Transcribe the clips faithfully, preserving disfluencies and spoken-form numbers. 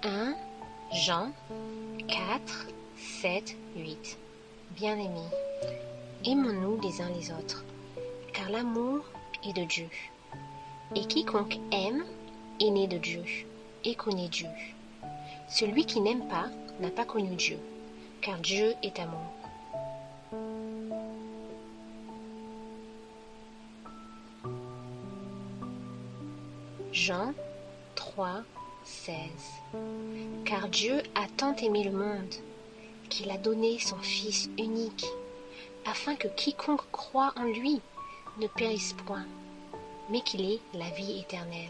un Jean quatre, sept, huit. Bien-aimés, aimons-nous les uns les autres, car l'amour est de Dieu. Et quiconque aime est né de Dieu et connaît Dieu. Celui qui n'aime pas n'a pas connu Dieu, car Dieu est amour. Jean trois, seize. Car Dieu a tant aimé le monde qu'il a donné son Fils unique, afin que quiconque croit en lui ne périsse point, mais qu'il ait la vie éternelle.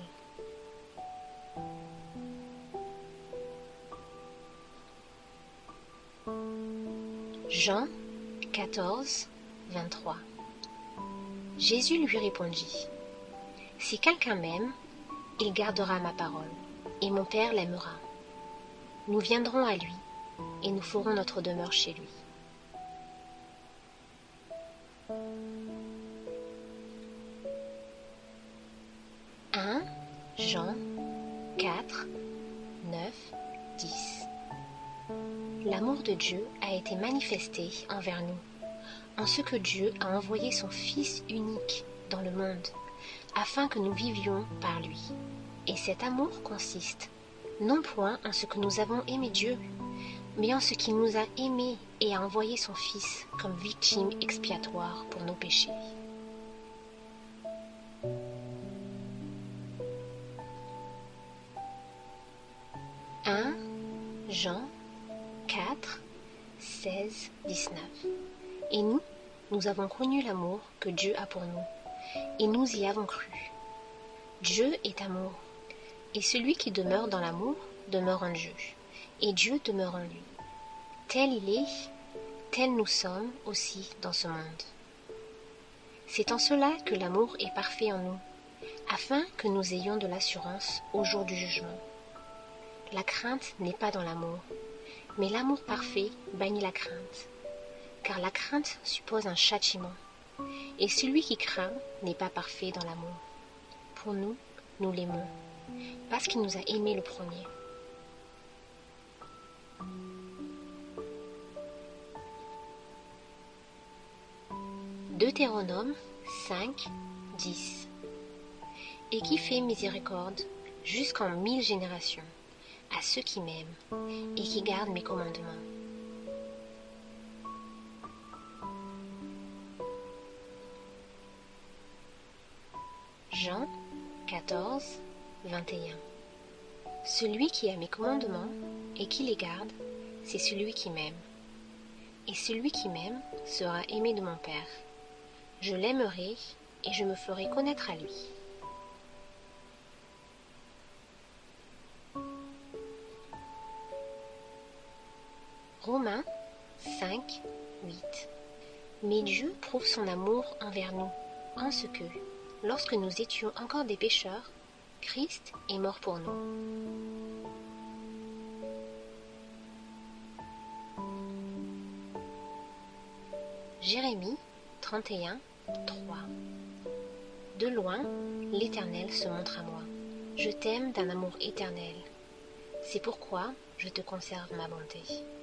Jean quatorze, vingt-trois. Jésus lui répondit: Si quelqu'un m'aime, il gardera ma parole, et mon Père l'aimera. Nous viendrons à lui, et nous ferons notre demeure chez lui. un Jean quatre, neuf, dix. L'amour de Dieu a été manifesté envers nous, en ce que Dieu a envoyé son Fils unique dans le monde, afin que nous vivions par lui. Et cet amour consiste, non point en ce que nous avons aimé Dieu, mais en ce qu'il nous a aimés et a envoyé son Fils comme victime expiatoire pour nos péchés. un Jean quatre, seize, dix-neuf. Et nous, nous avons connu l'amour que Dieu a pour nous, et nous y avons cru. Dieu est amour, et celui qui demeure dans l'amour demeure en Dieu, et Dieu demeure en lui. Tel il est, tel nous sommes aussi dans ce monde. C'est en cela que l'amour est parfait en nous, afin que nous ayons de l'assurance au jour du jugement. La crainte n'est pas dans l'amour, mais l'amour parfait bannit la crainte, car la crainte suppose un châtiment, et celui qui craint n'est pas parfait dans l'amour. Pour nous, nous l'aimons, parce qu'il nous a aimés le premier. Deutéronome cinq, dix. Et qui fait miséricorde jusqu'en mille générations à ceux qui m'aiment et qui gardent mes commandements. Jean quatorze, vingt et un. Celui qui a mes commandements et qui les garde, c'est celui qui m'aime. Et celui qui m'aime sera aimé de mon Père. Je l'aimerai et je me ferai connaître à lui. Romains cinq, huit. Mais Dieu prouve son amour envers nous, en ce que, lorsque nous étions encore des pécheurs, Christ est mort pour nous. Jérémie trente et un, trois. De loin, l'Éternel se montre à moi. Je t'aime d'un amour éternel. C'est pourquoi je te conserve ma bonté.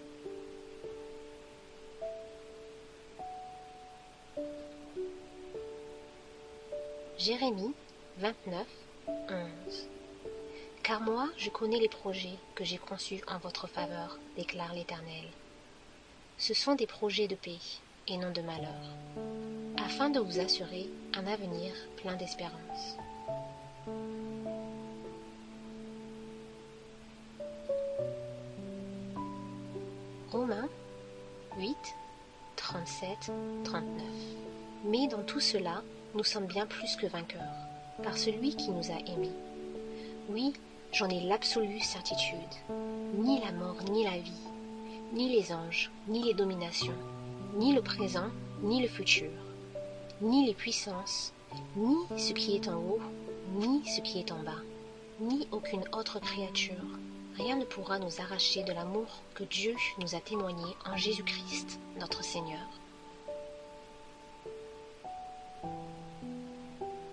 Jérémie vingt-neuf, onze. Car moi, je connais les projets que j'ai conçus en votre faveur, déclare l'Éternel. Ce sont des projets de paix et non de malheur, afin de vous assurer un avenir plein d'espérance. Romains huit, trente-sept, trente-neuf. Mais dans tout cela, nous sommes bien plus que vainqueurs, par celui qui nous a aimés. Oui, j'en ai l'absolue certitude. Ni la mort, ni la vie, ni les anges, ni les dominations, ni le présent, ni le futur, ni les puissances, ni ce qui est en haut, ni ce qui est en bas, ni aucune autre créature. Rien ne pourra nous arracher de l'amour que Dieu nous a témoigné en Jésus-Christ, notre Seigneur.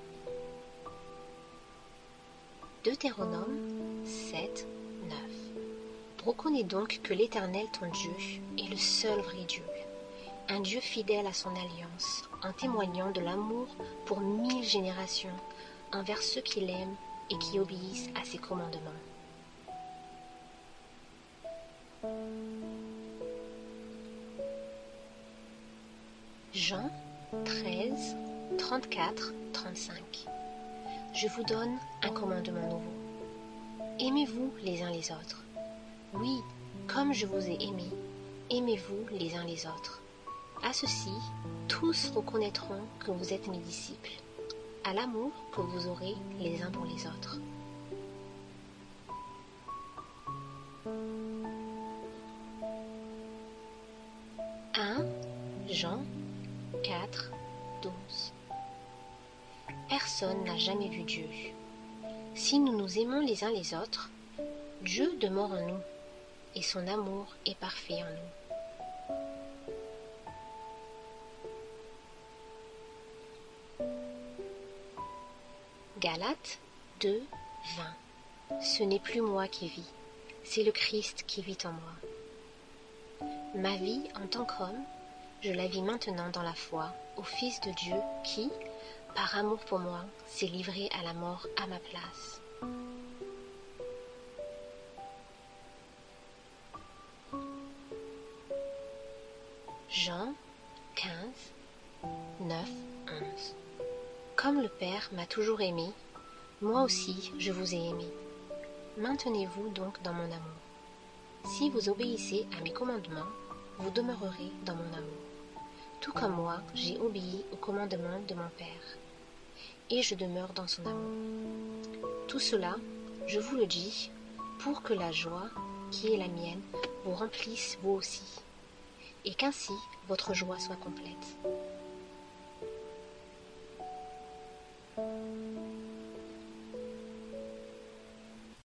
Deutéronome sept, neuf. Reconnais donc que l'Éternel ton Dieu est le seul vrai Dieu, un Dieu fidèle à son alliance, en témoignant de l'amour pour mille générations envers ceux qui l'aiment et qui obéissent à ses commandements. Jean treize, trente-quatre, trente-cinq. Je vous donne un commandement nouveau. Aimez-vous les uns les autres. Oui, comme je vous ai aimés, aimez-vous les uns les autres. À ceci, tous reconnaîtront que vous êtes mes disciples, à l'amour que vous aurez les uns pour les autres. un Jean quatre, douze. Personne n'a jamais vu Dieu. Si nous nous aimons les uns les autres, Dieu demeure en nous, et son amour est parfait en nous. Galates deux, vingt. Ce n'est plus moi qui vis, c'est le Christ qui vit en moi. Ma vie en tant qu'homme, je la vis maintenant dans la foi au Fils de Dieu qui, par amour pour moi, s'est livré à la mort à ma place. Jean quinze, neuf, onze. Comme le Père m'a toujours aimé, moi aussi je vous ai aimé. Maintenez-vous donc dans mon amour. Si vous obéissez à mes commandements, vous demeurerez dans mon amour. Tout comme moi, j'ai obéi aux commandements de mon Père, et je demeure dans son amour. Tout cela, je vous le dis, pour que la joie, qui est la mienne, vous remplisse vous aussi, et qu'ainsi votre joie soit complète.